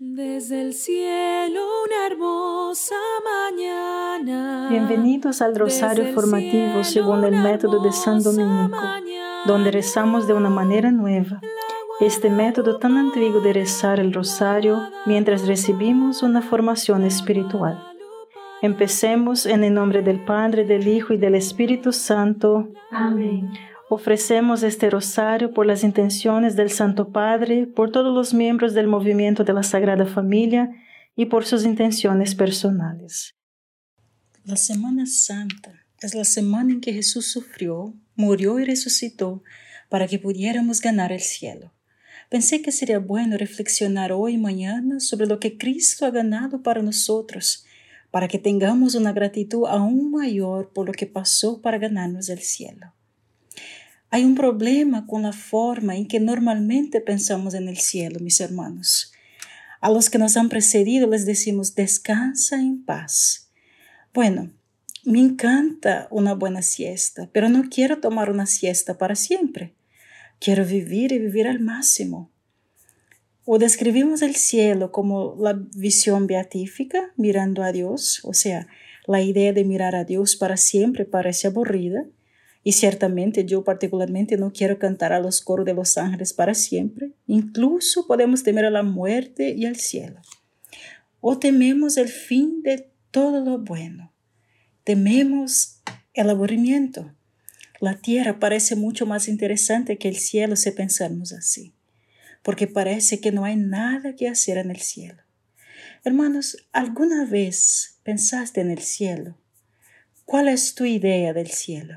Desde el cielo una hermosa mañana. Bienvenidos al Rosario Formativo según el método de San Dominico, donde rezamos de una manera nueva. Este método tan antiguo de rezar el Rosario mientras recibimos una formación espiritual. Empecemos en el nombre del Padre, del Hijo y del Espíritu Santo. Amén. Ofrecemos este rosario por las intenciones del Santo Padre, por todos los miembros del movimiento de la Sagrada Familia y por sus intenciones personales. La Semana Santa es la semana en que Jesús sufrió, murió y resucitó para que pudiéramos ganar el cielo. Pensé que sería bueno reflexionar hoy y mañana sobre lo que Cristo ha ganado para nosotros, para que tengamos una gratitud aún mayor por lo que pasó para ganarnos el cielo. Hay un problema con la forma en que normalmente pensamos en el cielo, mis hermanos. A los que nos han precedido les decimos, descansa en paz. Bueno, me encanta una buena siesta, pero no quiero tomar una siesta para siempre. Quiero vivir y vivir al máximo. O describimos el cielo como la visión beatífica, mirando a Dios, o sea, la idea de mirar a Dios para siempre parece aburrida. Y ciertamente yo particularmente no quiero cantar a los coros de los ángeles para siempre. Incluso podemos temer a la muerte y al cielo. O tememos el fin de todo lo bueno. Tememos el aburrimiento. La tierra parece mucho más interesante que el cielo si pensamos así. Porque parece que no hay nada que hacer en el cielo. Hermanos, ¿alguna vez pensaste en el cielo? ¿Cuál es tu idea del cielo?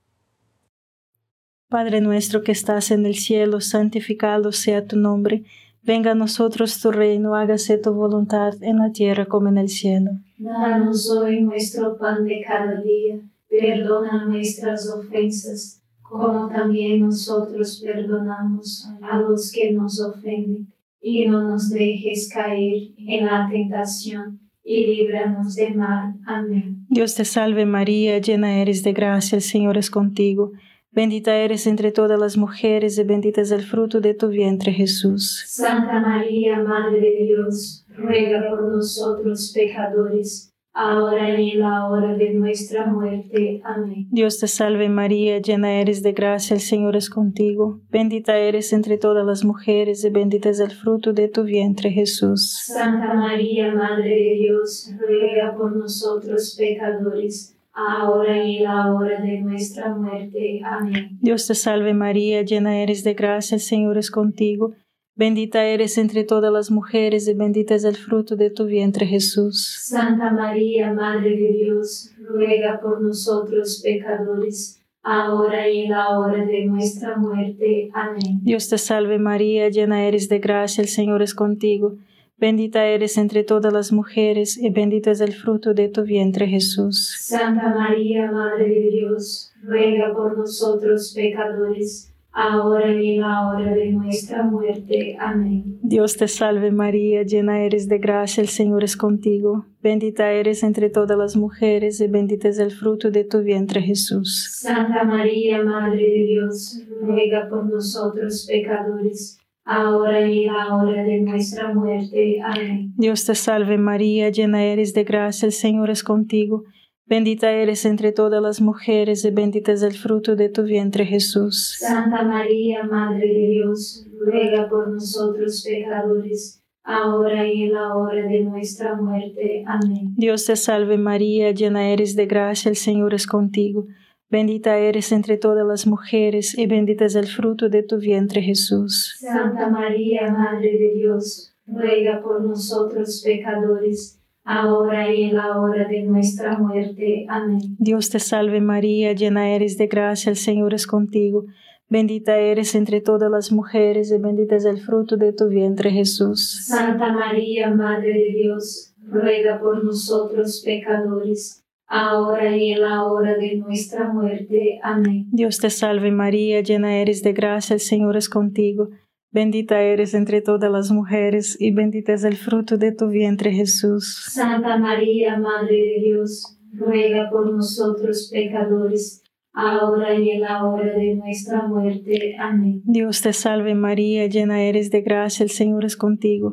Padre nuestro que estás en el cielo, santificado sea tu nombre. Venga a nosotros tu reino, hágase tu voluntad en la tierra como en el cielo. Danos hoy nuestro pan de cada día. Perdona nuestras ofensas, como también nosotros perdonamos a los que nos ofenden. Y no nos dejes caer en la tentación, y líbranos del mal. Amén. Dios te salve María, llena eres de gracia, el Señor es contigo. Bendita eres entre todas las mujeres y bendito es el fruto de tu vientre, Jesús. Santa María, Madre de Dios, ruega por nosotros pecadores, ahora y en la hora de nuestra muerte. Amén. Dios te salve María, llena eres de gracia, el Señor es contigo. Bendita eres entre todas las mujeres y bendito es el fruto de tu vientre, Jesús. Santa María, Madre de Dios, ruega por nosotros pecadores, ahora y en la hora de nuestra muerte. Amén. Dios te salve María, llena eres de gracia, el Señor es contigo. Bendita eres entre todas las mujeres y bendito es el fruto de tu vientre, Jesús. Santa María, Madre de Dios, ruega por nosotros pecadores, ahora y en la hora de nuestra muerte. Amén. Dios te salve María, llena eres de gracia, el Señor es contigo. Bendita eres entre todas las mujeres y bendito es el fruto de tu vientre, Jesús. Santa María, Madre de Dios, ruega por nosotros pecadores, ahora y en la hora de nuestra muerte. Amén. Dios te salve María, llena eres de gracia, el Señor es contigo. Bendita eres entre todas las mujeres y bendito es el fruto de tu vientre, Jesús. Santa María, Madre de Dios, ruega por nosotros pecadores, ahora y en la hora de nuestra muerte. Amén. Dios te salve María, llena eres de gracia, el Señor es contigo. Bendita eres entre todas las mujeres y bendito es el fruto de tu vientre, Jesús. Santa María, Madre de Dios, ruega por nosotros pecadores, ahora y en la hora de nuestra muerte. Amén. Dios te salve María, llena eres de gracia, el Señor es contigo. Bendita eres entre todas las mujeres y bendito es el fruto de tu vientre, Jesús. Santa María, Madre de Dios, ruega por nosotros pecadores, ahora y en la hora de nuestra muerte. Amén. Dios te salve María, llena eres de gracia, el Señor es contigo. Bendita eres entre todas las mujeres y bendito es el fruto de tu vientre, Jesús. Santa María, Madre de Dios, ruega por nosotros pecadores, ahora y en la hora de nuestra muerte. Amén. Dios te salve María, llena eres de gracia, el Señor es contigo. Bendita eres entre todas las mujeres y bendito es el fruto de tu vientre, Jesús. Santa María, Madre de Dios, ruega por nosotros pecadores, ahora y en la hora de nuestra muerte. Amén. Dios te salve María, llena eres de gracia, el Señor es contigo.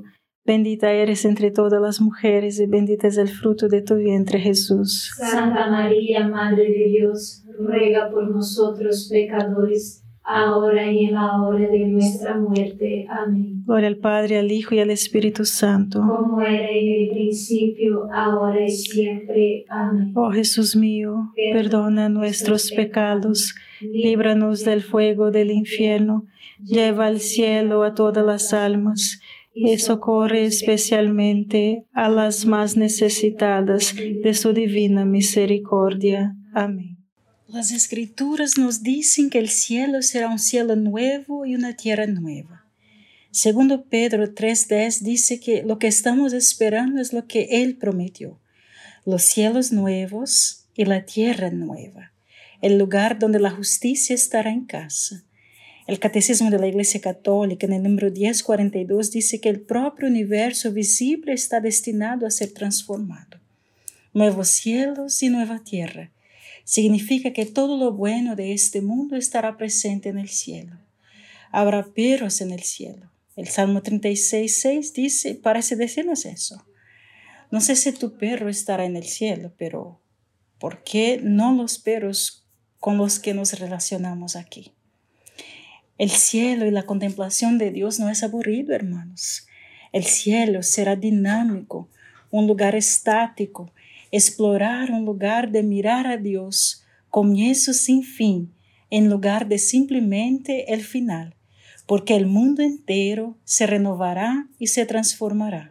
Bendita eres entre todas las mujeres y bendito es el fruto de tu vientre, Jesús. Santa María, Madre de Dios, ruega por nosotros pecadores, ahora y en la hora de nuestra muerte. Amén. Gloria al Padre, al Hijo y al Espíritu Santo. Como era en el principio, ahora y siempre. Amén. Oh Jesús mío, perdona nuestros pecados, líbranos del fuego del infierno, lleva al cielo a todas las almas, y socorre especialmente a las más necesitadas de su divina misericordia. Amén. Las Escrituras nos dicen que el cielo será un cielo nuevo y una tierra nueva. Segundo Pedro 3:10 dice que lo que estamos esperando es lo que Él prometió: los cielos nuevos y la tierra nueva, el lugar donde la justicia estará en casa. El Catecismo de la Iglesia Católica, en el número 1042, dice que el propio universo visible está destinado a ser transformado. Nuevos cielos y nueva tierra. Significa que todo lo bueno de este mundo estará presente en el cielo. Habrá perros en el cielo. El Salmo 36:6 dice, parece decirnos eso. No sé si tu perro estará en el cielo, pero ¿por qué no los perros con los que nos relacionamos aquí? El cielo y la contemplación de Dios no es aburrido, hermanos. El cielo será dinámico, un lugar estático. Explorar un lugar de mirar a Dios, comienzo sin fin, en lugar de simplemente el final, porque el mundo entero se renovará y se transformará.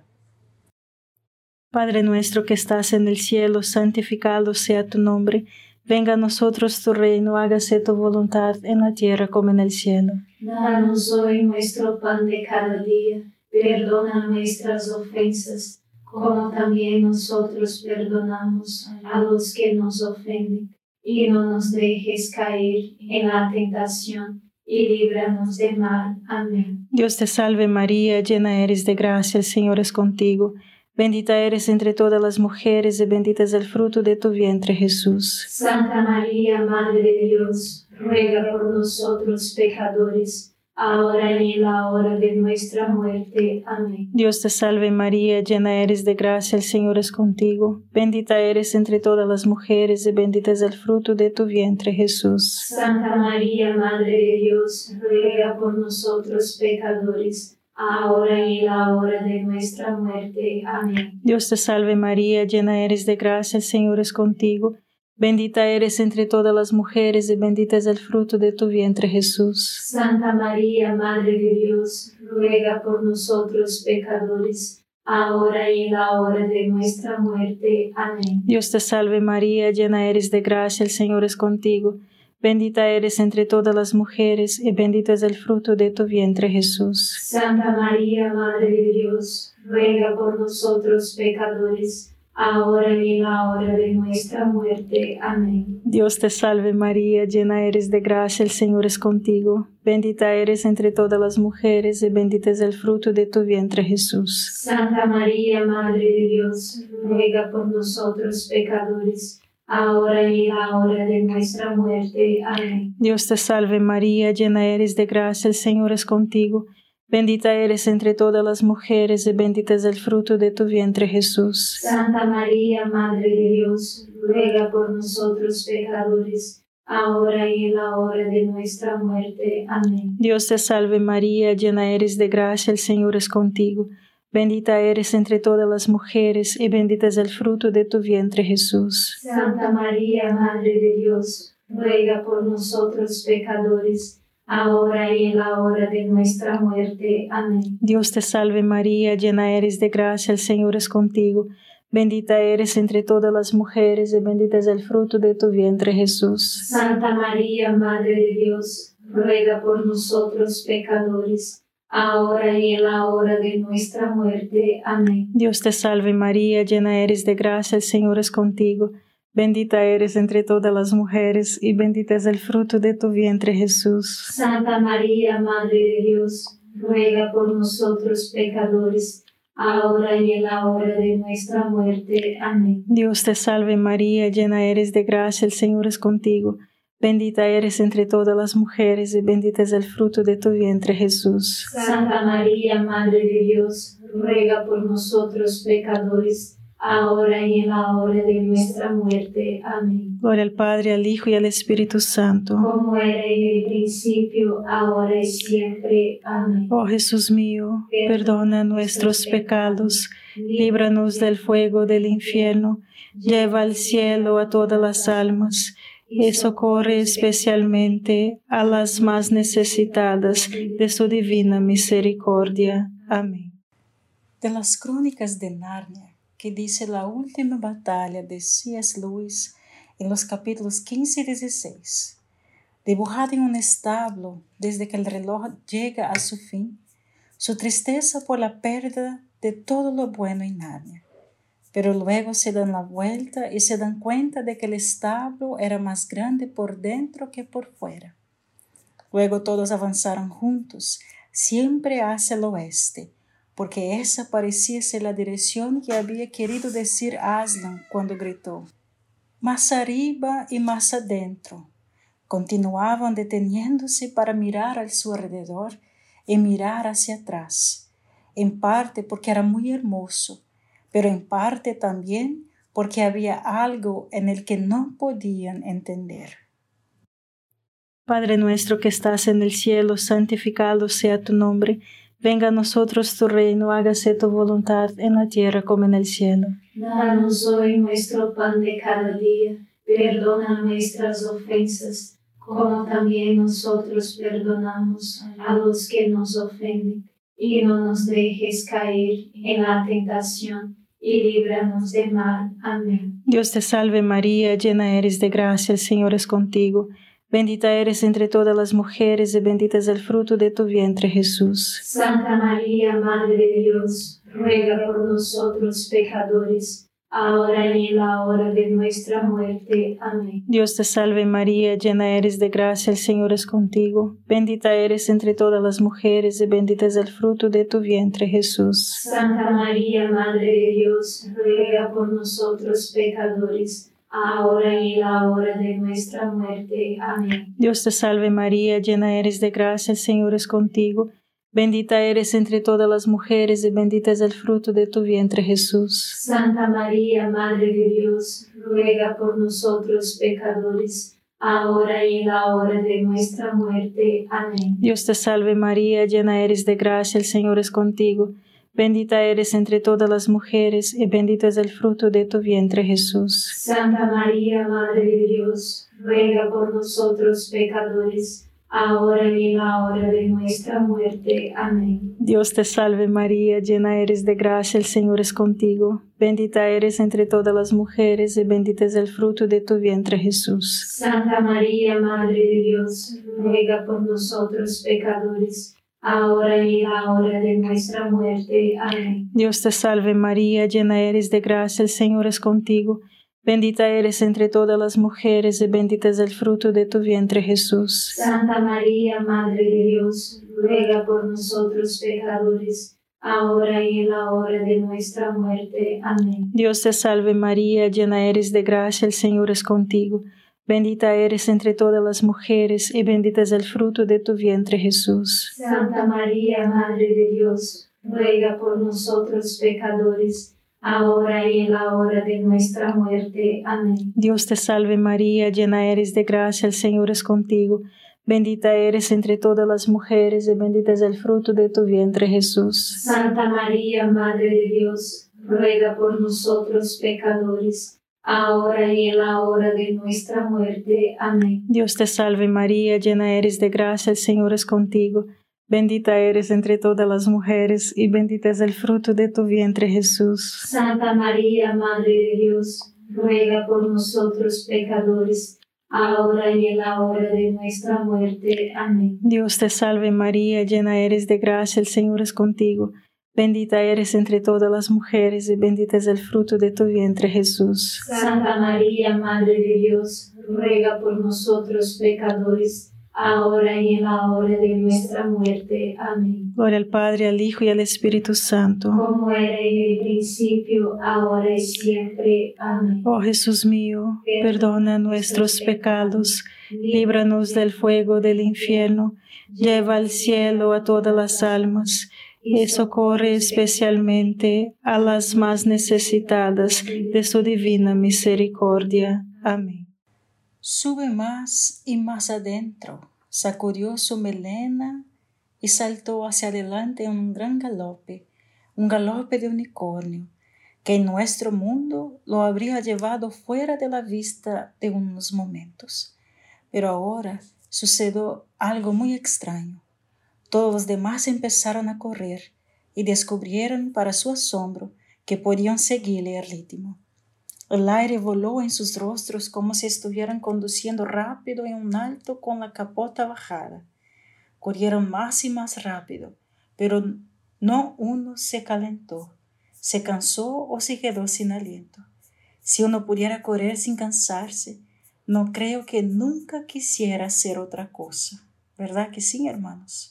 Padre nuestro que estás en el cielo, santificado sea tu nombre. Venga a nosotros tu reino, hágase tu voluntad en la tierra como en el cielo. Danos hoy nuestro pan de cada día, perdona nuestras ofensas, como también nosotros perdonamos a los que nos ofenden. Y no nos dejes caer en la tentación, y líbranos del mal. Amén. Dios te salve María, llena eres de gracia, el Señor es contigo. Bendita eres entre todas las mujeres y bendito es el fruto de tu vientre, Jesús. Santa María, Madre de Dios, ruega por nosotros pecadores, ahora y en la hora de nuestra muerte. Amén. Dios te salve María, llena eres de gracia, el Señor es contigo. Bendita eres entre todas las mujeres y bendito es el fruto de tu vientre, Jesús. Santa María, Madre de Dios, ruega por nosotros pecadores, ahora y en la hora de nuestra muerte. Amén. Dios te salve María, llena eres de gracia, el Señor es contigo. Bendita eres entre todas las mujeres y bendito es el fruto de tu vientre, Jesús. Santa María, Madre de Dios, ruega por nosotros pecadores, ahora y en la hora de nuestra muerte. Amén. Dios te salve María, llena eres de gracia, el Señor es contigo. Bendita eres entre todas las mujeres y bendito es el fruto de tu vientre, Jesús. Santa María, Madre de Dios, ruega por nosotros pecadores, ahora y en la hora de nuestra muerte. Amén. Dios te salve María, llena eres de gracia, el Señor es contigo. Bendita eres entre todas las mujeres y bendito es el fruto de tu vientre, Jesús. Santa María, Madre de Dios, ruega por nosotros pecadores, ahora y en la hora de nuestra muerte. Amén. Dios te salve María, llena eres de gracia, el Señor es contigo. Bendita eres entre todas las mujeres y bendito es el fruto de tu vientre, Jesús. Santa María, Madre de Dios, ruega por nosotros pecadores, ahora y en la hora de nuestra muerte. Amén. Dios te salve María, llena eres de gracia, el Señor es contigo. Bendita eres entre todas las mujeres y bendito es el fruto de tu vientre, Jesús. Santa María, Madre de Dios, ruega por nosotros pecadores, ahora y en la hora de nuestra muerte. Amén. Dios te salve María, llena eres de gracia, el Señor es contigo. Bendita eres entre todas las mujeres y bendito es el fruto de tu vientre, Jesús. Santa María, Madre de Dios, ruega por nosotros pecadores, ahora y en la hora de nuestra muerte. Amén. Dios te salve María, llena eres de gracia, el Señor es contigo. Bendita eres entre todas las mujeres y bendito es el fruto de tu vientre, Jesús. Santa María, Madre de Dios, ruega por nosotros pecadores, ahora y en la hora de nuestra muerte. Amén. Dios te salve María, llena eres de gracia, el Señor es contigo. Bendita eres entre todas las mujeres y bendito es el fruto de tu vientre, Jesús. Santa María, Madre de Dios, ruega por nosotros pecadores, ahora y en la hora de nuestra muerte. Amén. Gloria al Padre, al Hijo y al Espíritu Santo. Como era en el principio, ahora y siempre. Amén. Oh Jesús mío, perdona nuestros pecados, líbranos del fuego del infierno, lleva al cielo a todas las almas, y socorre especialmente a las más necesitadas de su divina misericordia. Amén. De las Crónicas de Narnia, que dice la última batalla de C.S. Lewis en los capítulos 15 y 16. Dibujada en un establo desde que el reloj llega a su fin, su tristeza por la pérdida de todo lo bueno en Narnia. Pero luego se dan la vuelta y se dan cuenta de que el establo era más grande por dentro que por fuera. Luego todos avanzaron juntos, siempre hacia el oeste, porque esa parecía ser la dirección que había querido decir Aslan cuando gritó. Más arriba y más adentro. Continuaban deteniéndose para mirar a su alrededor y mirar hacia atrás, en parte porque era muy hermoso, pero en parte también porque había algo en el que no podían entender. Padre nuestro que estás en el cielo, santificado sea tu nombre. Venga a nosotros tu reino, hágase tu voluntad en la tierra como en el cielo. Danos hoy nuestro pan de cada día, perdona nuestras ofensas, como también nosotros perdonamos a los que nos ofenden. Y no nos dejes caer en la tentación, y líbranos del mal. Amén. Dios te salve María, llena eres de gracia, el Señor es contigo. Bendita eres entre todas las mujeres y bendito es el fruto de tu vientre, Jesús. Santa María, Madre de Dios, ruega por nosotros pecadores, ahora y en la hora de nuestra muerte. Amén. Dios te salve María, llena eres de gracia, el Señor es contigo. Bendita eres entre todas las mujeres y bendito es el fruto de tu vientre, Jesús. Santa María, Madre de Dios, ruega por nosotros pecadores, ahora y en la hora de nuestra muerte. Amén. Dios te salve María, llena eres de gracia, el Señor es contigo. Bendita eres entre todas las mujeres y bendito es el fruto de tu vientre, Jesús. Santa María, Madre de Dios, ruega por nosotros pecadores, ahora y en la hora de nuestra muerte. Amén. Dios te salve María, llena eres de gracia, el Señor es contigo. Bendita eres entre todas las mujeres y bendito es el fruto de tu vientre, Jesús. Santa María, Madre de Dios, ruega por nosotros pecadores, ahora y en la hora de nuestra muerte. Amén. Dios te salve María, llena eres de gracia, el Señor es contigo. Bendita eres entre todas las mujeres y bendito es el fruto de tu vientre, Jesús. Santa María, Madre de Dios, ruega por nosotros pecadores, ahora y en la hora de nuestra muerte. Amén. Dios te salve María, llena eres de gracia, el Señor es contigo. Bendita eres entre todas las mujeres y bendito es el fruto de tu vientre, Jesús. Santa María, Madre de Dios, ruega por nosotros pecadores, ahora y en la hora de nuestra muerte. Amén. Dios te salve María, llena eres de gracia, el Señor es contigo. Bendita eres entre todas las mujeres y bendito es el fruto de tu vientre, Jesús. Santa María, Madre de Dios, ruega por nosotros pecadores, ahora y en la hora de nuestra muerte. Amén. Dios te salve María, llena eres de gracia, el Señor es contigo. Bendita eres entre todas las mujeres y bendito es el fruto de tu vientre, Jesús. Santa María, Madre de Dios, ruega por nosotros pecadores, ahora y en la hora de nuestra muerte. Amén. Dios te salve María, llena eres de gracia, el Señor es contigo. Bendita eres entre todas las mujeres y bendito es el fruto de tu vientre, Jesús. Santa María, Madre de Dios, ruega por nosotros pecadores, ahora y en la hora de nuestra muerte. Amén. Dios te salve María, llena eres de gracia, el Señor es contigo. Bendita eres entre todas las mujeres y bendito es el fruto de tu vientre, Jesús. Santa María, Madre de Dios, ruega por nosotros pecadores, ahora y en la hora de nuestra muerte. Amén. Gloria al Padre, al Hijo y al Espíritu Santo. Como era en el principio, ahora y siempre. Amén. Oh Jesús mío, perdona nuestros pecados, líbranos del fuego del infierno, lleva al cielo a todas las almas, y socorre especialmente a las más necesitadas de su divina misericordia. Amén. Sube más y más adentro, sacudió su melena y saltó hacia adelante en un gran galope, un galope de unicornio, que en nuestro mundo lo habría llevado fuera de la vista de unos momentos. Pero ahora sucedió algo muy extraño. Todos los demás empezaron a correr y descubrieron para su asombro que podían seguirle el ritmo. El aire voló en sus rostros como si estuvieran conduciendo rápido en un alto con la capota bajada. Corrieron más y más rápido, pero no uno se calentó, se cansó o se quedó sin aliento. Si uno pudiera correr sin cansarse, no creo que nunca quisiera hacer otra cosa. ¿Verdad que sí, hermanos?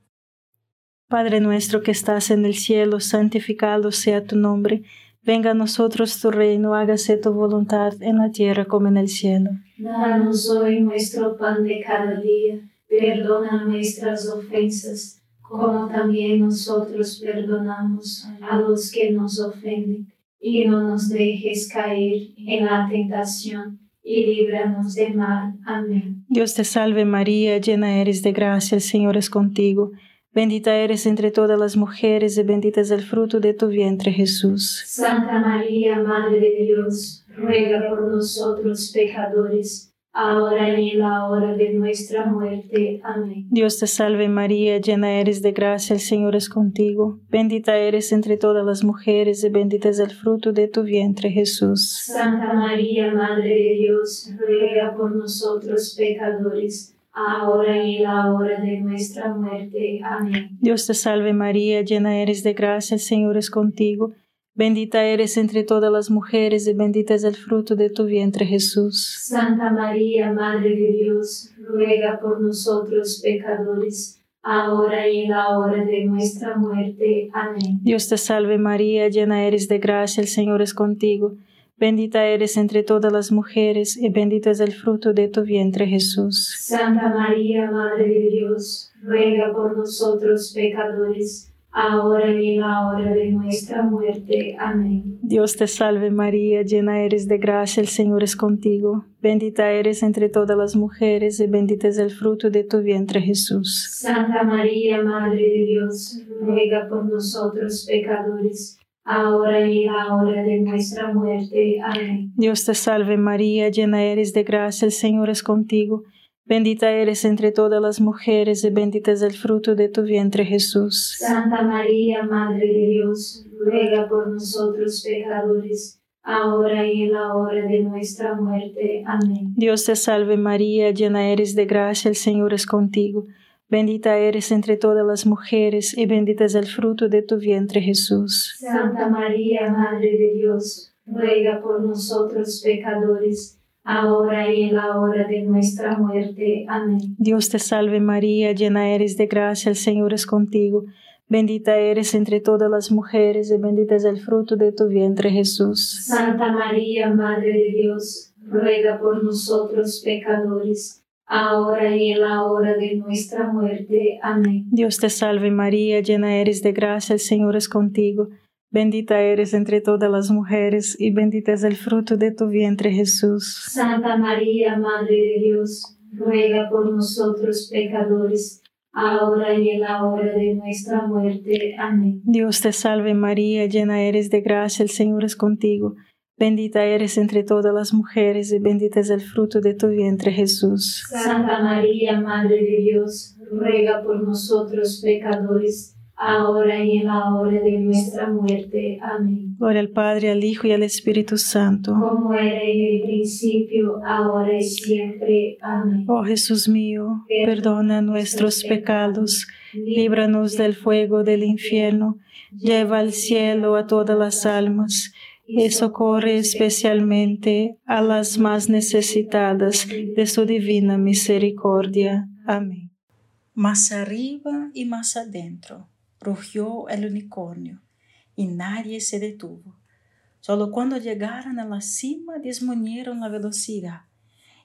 Padre nuestro que estás en el cielo, santificado sea tu nombre. Venga a nosotros tu reino, hágase tu voluntad en la tierra como en el cielo. Danos hoy nuestro pan de cada día, perdona nuestras ofensas, como también nosotros perdonamos a los que nos ofenden. Y no nos dejes caer en la tentación, y líbranos del mal. Amén. Dios te salve María, llena eres de gracia, el Señor es contigo. Bendita eres entre todas las mujeres y bendito es el fruto de tu vientre, Jesús. Santa María, Madre de Dios, ruega por nosotros pecadores, ahora y en la hora de nuestra muerte. Amén. Dios te salve María, llena eres de gracia, el Señor es contigo. Bendita eres entre todas las mujeres y bendito es el fruto de tu vientre, Jesús. Santa María, Madre de Dios, ruega por nosotros pecadores, ahora y en la hora de nuestra muerte. Amén. Dios te salve María, llena eres de gracia, el Señor es contigo. Bendita eres entre todas las mujeres y bendito es el fruto de tu vientre, Jesús. Santa María, Madre de Dios, ruega por nosotros pecadores, ahora y en la hora de nuestra muerte. Amén. Dios te salve María, llena eres de gracia, el Señor es contigo. Bendita eres entre todas las mujeres y bendito es el fruto de tu vientre, Jesús. Santa María, Madre de Dios, ruega por nosotros pecadores, ahora y en la hora de nuestra muerte. Amén. Dios te salve María, llena eres de gracia, el Señor es contigo. Bendita eres entre todas las mujeres y bendito es el fruto de tu vientre, Jesús. Santa María, Madre de Dios, ruega por nosotros pecadores, ahora y en la hora de nuestra muerte. Amén. Dios te salve María, llena eres de gracia, el Señor es contigo. Bendita eres entre todas las mujeres y bendito es el fruto de tu vientre, Jesús. Santa María, Madre de Dios, ruega por nosotros pecadores, ahora y en la hora de nuestra muerte. Amén. Dios te salve María, llena eres de gracia, el Señor es contigo. Bendita eres entre todas las mujeres y bendito es el fruto de tu vientre, Jesús. Santa María, Madre de Dios, ruega por nosotros pecadores, ahora y en la hora de nuestra muerte. Amén. Dios te salve María, llena eres de gracia, el Señor es contigo. Bendita eres entre todas las mujeres y bendito es el fruto de tu vientre, Jesús. Santa María, Madre de Dios, ruega por nosotros pecadores, ahora y en la hora de nuestra muerte. Amén. Dios te salve María, llena eres de gracia, el Señor es contigo. Bendita eres entre todas las mujeres y bendito es el fruto de tu vientre, Jesús. Santa María, Madre de Dios, ruega por nosotros pecadores, ahora y en la hora de nuestra muerte. Amén. Dios te salve María, llena eres de gracia, el Señor es contigo. Bendita eres entre todas las mujeres y bendito es el fruto de tu vientre, Jesús. Santa María, Madre de Dios, ruega por nosotros pecadores, ahora y en la hora de nuestra muerte. Amén. Gloria al Padre, al Hijo y al Espíritu Santo. Como era en el principio, ahora y siempre. Amén. Oh Jesús mío, perdona nuestros pecados, líbranos del fuego del infierno, lleva al cielo a todas las almas, y socorre especialmente a las más necesitadas de su divina misericordia. Amén. Más arriba y más adentro rugió el unicornio, y nadie se detuvo. Solo cuando llegaron a la cima disminuyeron la velocidad,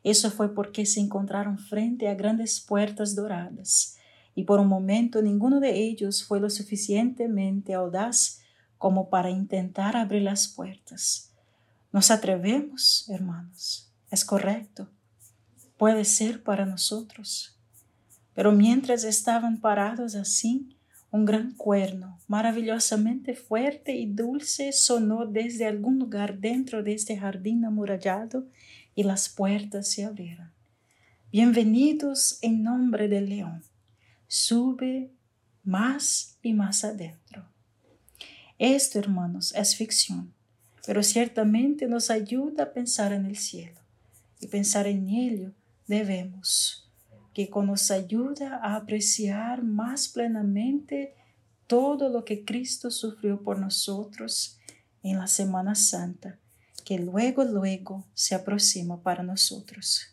Eso fue porque se encontraron frente a grandes puertas doradas, y por un momento ninguno de ellos fue lo suficientemente audaz como para intentar abrir las puertas. ¿Nos atrevemos, hermanos? Es correcto. Puede ser para nosotros. Pero mientras estaban parados así, un gran cuerno, maravillosamente fuerte y dulce, sonó desde algún lugar dentro de este jardín amurallado y las puertas se abrieron. Bienvenidos en nombre del león. Sube más y más adentro. Esto, hermanos, es ficción, pero ciertamente nos ayuda a pensar en el cielo. Y pensar en ello debemos, que nos ayuda a apreciar más plenamente todo lo que Cristo sufrió por nosotros en la Semana Santa, que luego se aproxima para nosotros.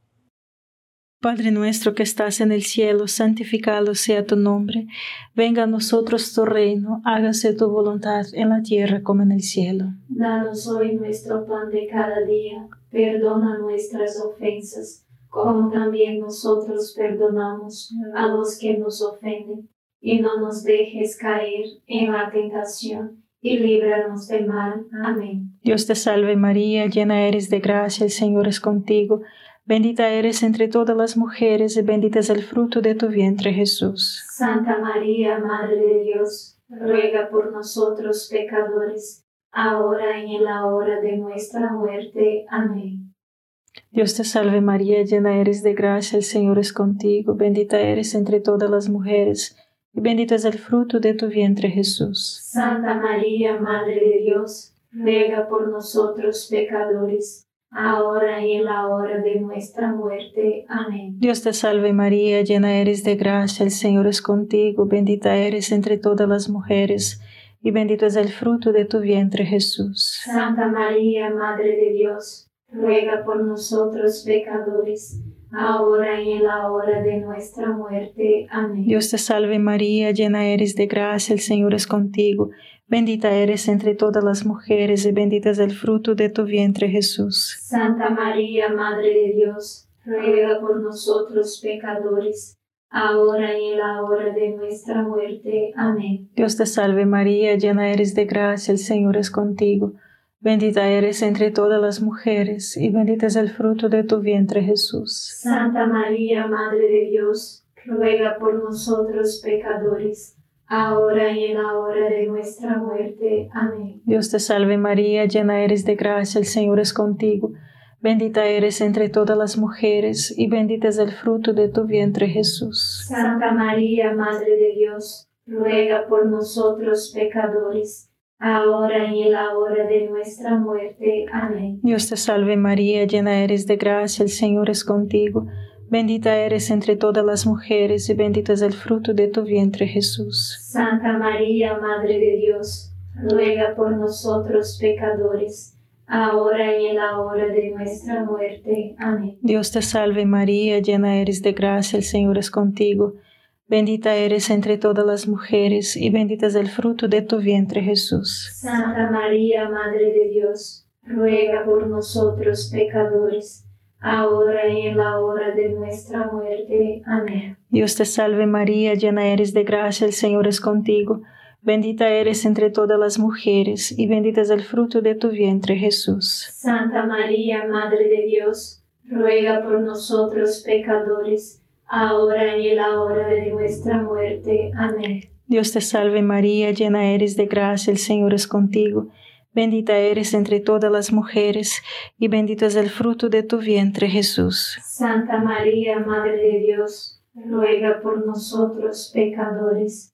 Padre nuestro que estás en el cielo, santificado sea tu nombre. Venga a nosotros tu reino, hágase tu voluntad en la tierra como en el cielo. Danos hoy nuestro pan de cada día, perdona nuestras ofensas, como también nosotros perdonamos a los que nos ofenden, y no nos dejes caer en la tentación, y líbranos del mal. Amén. Dios te salve María, llena eres de gracia, el Señor es contigo. Bendita eres entre todas las mujeres y bendito es el fruto de tu vientre, Jesús. Santa María, Madre de Dios, ruega por nosotros pecadores, ahora y en la hora de nuestra muerte. Amén. Dios te salve María, llena eres de gracia, el Señor es contigo. Bendita eres entre todas las mujeres y bendito es el fruto de tu vientre, Jesús. Santa María, Madre de Dios, ruega por nosotros pecadores, ahora y en la hora de nuestra muerte. Amén. Dios te salve María, llena eres de gracia, el Señor es contigo, bendita eres entre todas las mujeres, y bendito es el fruto de tu vientre, Jesús. Santa María, Madre de Dios, ruega por nosotros pecadores, ahora y en la hora de nuestra muerte. Amén. Dios te salve María, llena eres de gracia, el Señor es contigo, bendita eres entre todas las mujeres y bendito es el fruto de tu vientre, Jesús. Santa María, Madre de Dios, ruega por nosotros pecadores, ahora y en la hora de nuestra muerte. Amén. Dios te salve María, llena eres de gracia, el Señor es contigo, bendita eres entre todas las mujeres y bendito es el fruto de tu vientre, Jesús. Santa María, Madre de Dios, ruega por nosotros pecadores, ahora y en la hora de nuestra muerte. Amén. Dios te salve María, llena eres de gracia, el Señor es contigo, bendita eres entre todas las mujeres y bendito es el fruto de tu vientre, Jesús. Santa María, Madre de Dios, ruega por nosotros pecadores, ahora y en la hora de nuestra muerte. Amén. Dios te salve María, llena eres de gracia, el Señor es contigo, bendita eres entre todas las mujeres y bendito es el fruto de tu vientre, Jesús. Santa María, Madre de Dios, ruega por nosotros pecadores, ahora y en la hora de nuestra muerte. Amén. Dios te salve María, llena eres de gracia, el Señor es contigo, bendita eres entre todas las mujeres y bendito es el fruto de tu vientre, Jesús. Santa María, Madre de Dios, ruega por nosotros pecadores, ahora y en la hora de nuestra muerte. Amén. Dios te salve María, llena eres de gracia, el Señor es contigo, bendita eres entre todas las mujeres y bendito es el fruto de tu vientre, Jesús. Santa María, Madre de Dios, ruega por nosotros pecadores, ahora y en la hora de nuestra muerte. Amén. Dios te salve María, llena eres de gracia, el Señor es contigo, bendita eres entre todas las mujeres y bendito es el fruto de tu vientre, Jesús. Santa María, Madre de Dios, ruega por nosotros pecadores,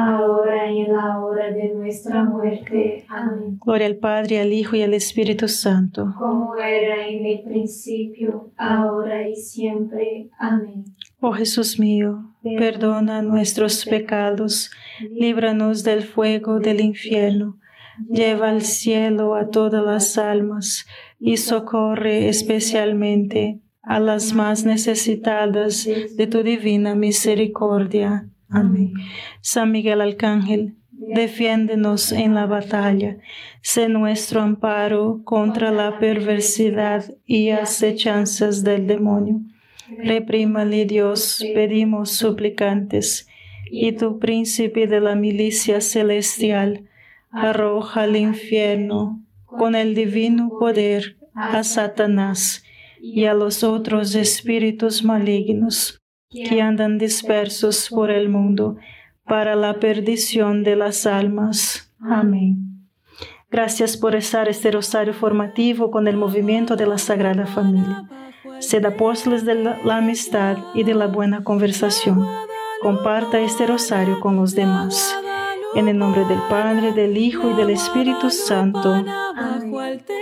ahora y en la hora de nuestra muerte. Amén. Gloria al Padre, al Hijo y al Espíritu Santo. Como era en el principio, ahora y siempre. Amén. Oh Jesús mío, perdona nuestros pecados, líbranos del fuego del infierno, lleva al cielo a todas las almas y socorre especialmente a las más necesitadas de tu divina misericordia. Amén. San Miguel Arcángel, defiéndenos en la batalla, sé nuestro amparo contra la perversidad y acechanzas del demonio. Reprímale Dios, pedimos suplicantes, y tu príncipe de la milicia celestial, arroja al infierno con el divino poder a Satanás y a los otros espíritus malignos que andan dispersos por el mundo para la perdición de las almas. Amén. Gracias por rezar este rosario formativo con el movimiento de la Sagrada Familia. Sed apóstoles de la amistad y de la buena conversación. Comparta este rosario con los demás. En el nombre del Padre, del Hijo y del Espíritu Santo. Amén.